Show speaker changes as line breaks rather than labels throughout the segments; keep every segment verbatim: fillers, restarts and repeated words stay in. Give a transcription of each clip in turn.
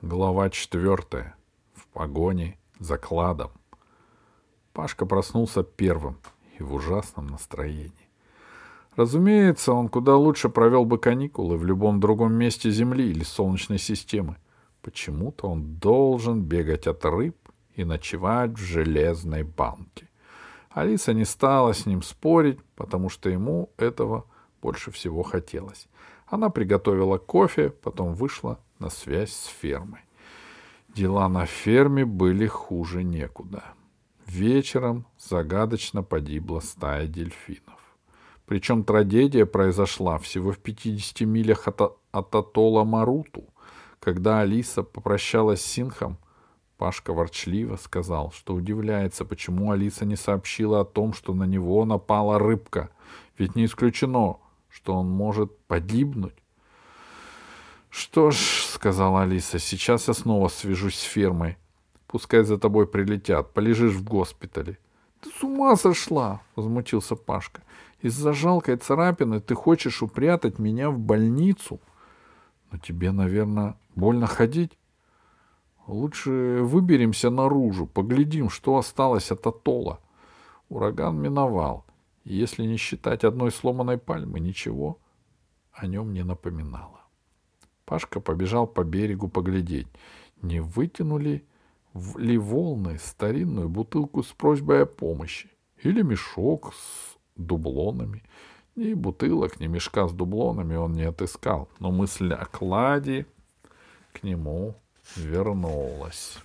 Глава четвертая. В погоне за кладом. Пашка проснулся первым и в ужасном настроении. Разумеется, он куда лучше провел бы каникулы в любом другом месте Земли или Солнечной системы. Почему-то он должен бегать от рыб и ночевать в железной банке. Алиса не стала с ним спорить, потому что ему этого больше всего хотелось. Она приготовила кофе, потом вышла на связь с фермой. Дела на ферме были хуже некуда. Вечером загадочно погибла стая дельфинов. Причем трагедия произошла всего в пятидесяти милях от, от атолла Маруту. Когда Алиса попрощалась с Синхом, Пашка ворчливо сказал, что удивляется, почему Алиса не сообщила о том, что на него напала рыбка. Ведь не исключено, что он может погибнуть. — Что ж, — сказала Алиса, — сейчас я снова свяжусь с фермой. Пускай за тобой прилетят, полежишь в госпитале. — Ты с ума сошла! — возмутился Пашка. — Из-за жалкой царапины ты хочешь упрятать меня в больницу? — Но тебе, наверное, больно ходить? Лучше выберемся наружу, поглядим, что осталось от атолла. Ураган миновал, и если не считать одной сломанной пальмы, ничего о нем не напоминало. Пашка побежал по берегу поглядеть, не вытянули ли волны старинную бутылку с просьбой о помощи или мешок с дублонами. Ни бутылок, ни мешка с дублонами он не отыскал, но мысль о кладе к нему вернулась.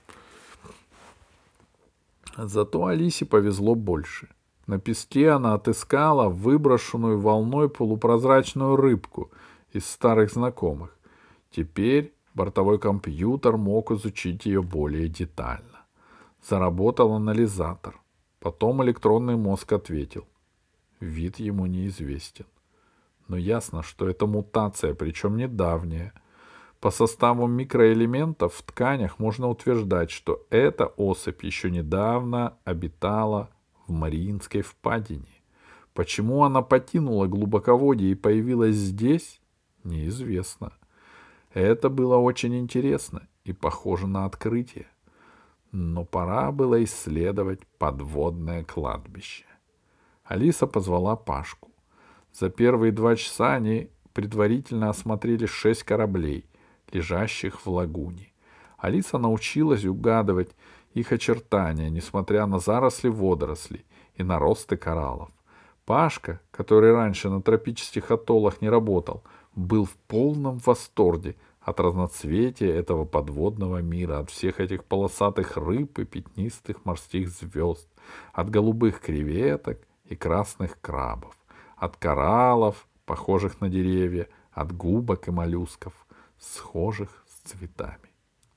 Зато Алисе повезло больше. На песке она отыскала выброшенную волной полупрозрачную рыбку из старых знакомых. Теперь бортовой компьютер мог изучить ее более детально. Заработал анализатор. Потом электронный мозг ответил. Вид ему неизвестен. Но ясно, что это мутация, причем недавняя. По составу микроэлементов в тканях можно утверждать, что эта особь еще недавно обитала в Мариинской впадине. Почему она покинула глубоководье и появилась здесь, неизвестно. Это было очень интересно и похоже на открытие. Но пора было исследовать подводное кладбище. Алиса позвала Пашку. За первые два часа они предварительно осмотрели шесть кораблей, лежащих в лагуне. Алиса научилась угадывать их очертания, несмотря на заросли водорослей и наросты кораллов. Пашка, который раньше на тропических атоллах не работал, был в полном восторге от разноцветия этого подводного мира, от всех этих полосатых рыб и пятнистых морских звезд, от голубых креветок и красных крабов, от кораллов, похожих на деревья, от губок и моллюсков, схожих с цветами.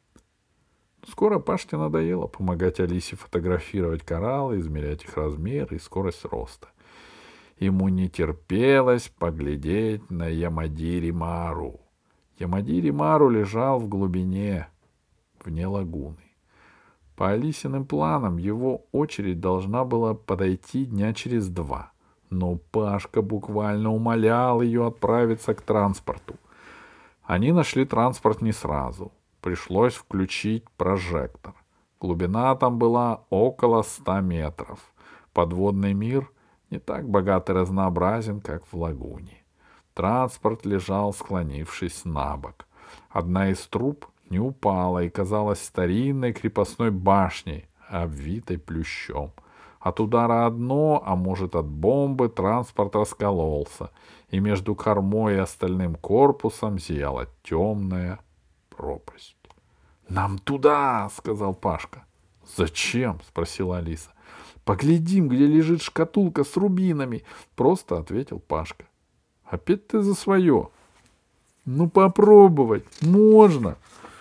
Скоро Пашке надоело помогать Алисе фотографировать кораллы, измерять их размер и скорость роста. Ему не терпелось поглядеть на Ямадири-Мару. Ямадири-Мару лежал в глубине, вне лагуны. По Алисиным планам его очередь должна была подойти дня через два. Но Пашка буквально умолял ее отправиться к транспорту. Они нашли транспорт не сразу. Пришлось включить прожектор. Глубина там была около ста метров. Подводный мир не так богат и разнообразен, как в лагуне. Транспорт лежал, склонившись на бок. Одна из труб не упала и казалась старинной крепостной башней, обвитой плющом. От удара о дно, а может от бомбы, транспорт раскололся, и между кормой и остальным корпусом зияла темная пропасть. — Нам туда! — сказал Пашка. — Зачем? — спросила Алиса. — Поглядим, где лежит шкатулка с рубинами, — просто ответил Пашка. — Опять ты за свое. — Ну, попробовать можно.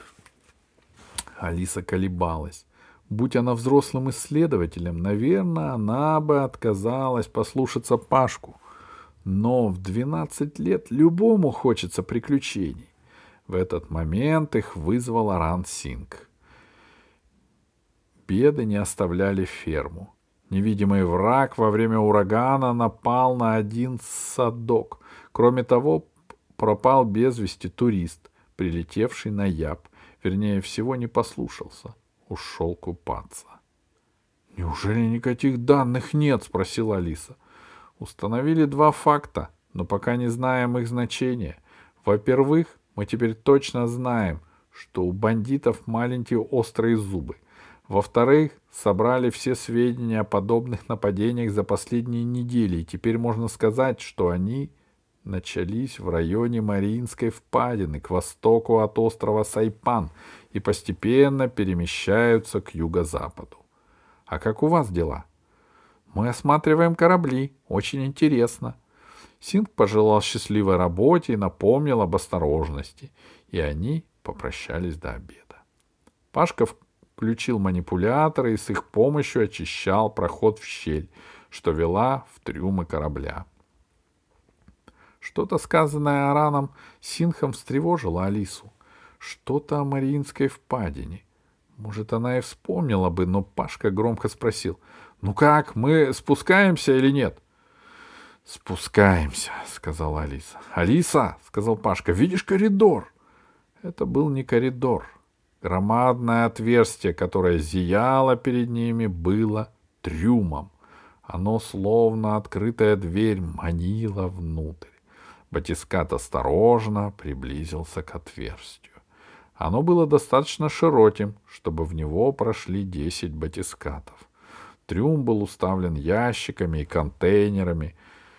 Алиса колебалась. Будь она взрослым исследователем, наверное, она бы отказалась послушаться Пашку. Но в двенадцать лет любому хочется приключений. В этот момент их вызвал Аран Синг. Беды не оставляли ферму. Невидимый враг во время урагана напал на один садок. Кроме того, пропал без вести турист, прилетевший на Яб. вернее всего, не послушался, ушел купаться. — Неужели никаких данных нет? — спросила Алиса. — Установили два факта, но пока не знаем их значения. Во-первых, мы теперь точно знаем, что у бандитов маленькие острые зубы. Во-вторых, собрали все сведения о подобных нападениях за последние недели, и теперь можно сказать, что они начались в районе Мариинской впадины, к востоку от острова Сайпан, и постепенно перемещаются к юго-западу. А как у вас дела? Мы осматриваем корабли. Очень интересно. Синг пожелал счастливой работе и напомнил об осторожности, и они попрощались до обеда. Пашка включил манипуляторы и с их помощью очищал проход в щель, что вела в трюмы корабля. Что-то, сказанное Араном Сингом, встревожило Алису. Что-то о Мариинской впадине. Может, она и вспомнила бы, но Пашка громко спросил: «Ну как, мы спускаемся или нет?» «Спускаемся», — сказала Алиса. «Алиса», — сказал Пашка, — «видишь коридор?» Это был не коридор. Громадное отверстие, которое зияло перед ними, было трюмом. Оно, словно открытая дверь, манило внутрь. Батискат осторожно приблизился к отверстию. Оно было достаточно широким, чтобы в него прошли десять батискатов. Трюм был уставлен ящиками и контейнерами.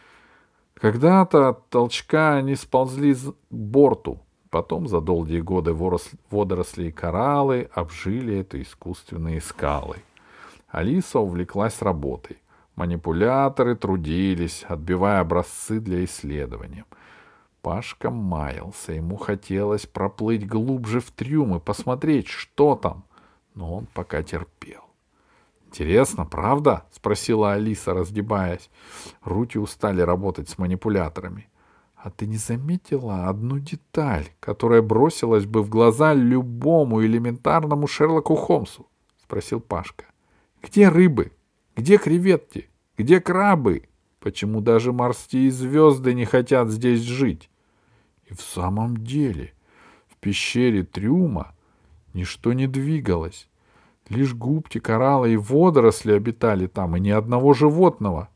Когда-то от толчка они сползли к борту. Потом за долгие годы водоросли и кораллы обжили это искусственные скалы. Алиса увлеклась работой. Манипуляторы трудились, отбивая образцы для исследования. Пашка маялся, ему хотелось проплыть глубже в трюм и посмотреть, что там, но он пока терпел. «Интересно, правда?» — спросила Алиса, разгибаясь. Руки устали работать с манипуляторами. «А ты не заметила одну деталь, которая бросилась бы в глаза любому элементарному Шерлоку Холмсу?» — спросил Пашка. «Где рыбы? Где креветки? Где крабы? Почему даже морские звезды не хотят здесь жить?» И в самом деле в пещере трюма ничто не двигалось. Лишь губки, кораллы и водоросли обитали там, и ни одного животного.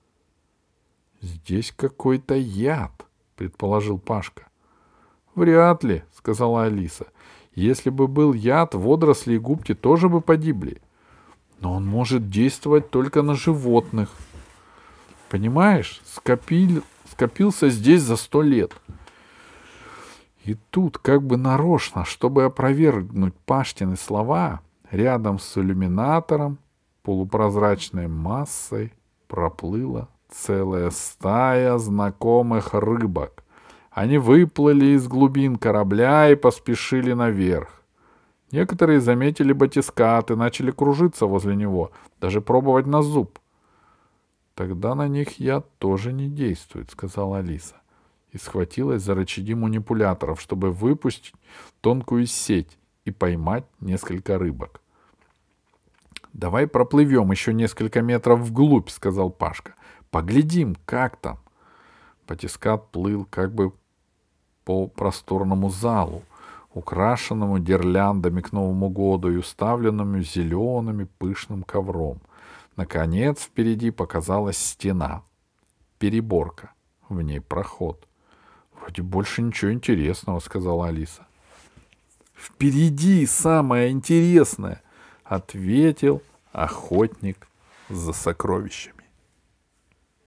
«Здесь какой-то яд», — предположил Пашка. «Вряд ли», — сказала Алиса. «Если бы был яд, водоросли и губки тоже бы погибли. Но он может действовать только на животных. Понимаешь, скопил, скопился здесь за сто лет». И тут, как бы нарочно, чтобы опровергнуть Пашкины слова, рядом с иллюминатором полупрозрачной массой проплыла целая стая знакомых рыбок. Они выплыли из глубин корабля и поспешили наверх. Некоторые заметили батискат и начали кружиться возле него, даже пробовать на зуб. «Тогда на них яд тоже не действует», — сказала Алиса. И схватилась за рычаги манипуляторов, чтобы выпустить тонкую сеть и поймать несколько рыбок. «Давай проплывем еще несколько метров вглубь», — сказал Пашка. «Поглядим, как там». Батискат плыл как бы по просторному залу, украшенному гирляндами к Новому году и уставленному зеленым пышным ковром. Наконец впереди показалась стена. Переборка. В ней проход. «Вроде больше ничего интересного», — сказала Алиса. «Впереди самое интересное», — ответил охотник за сокровищами.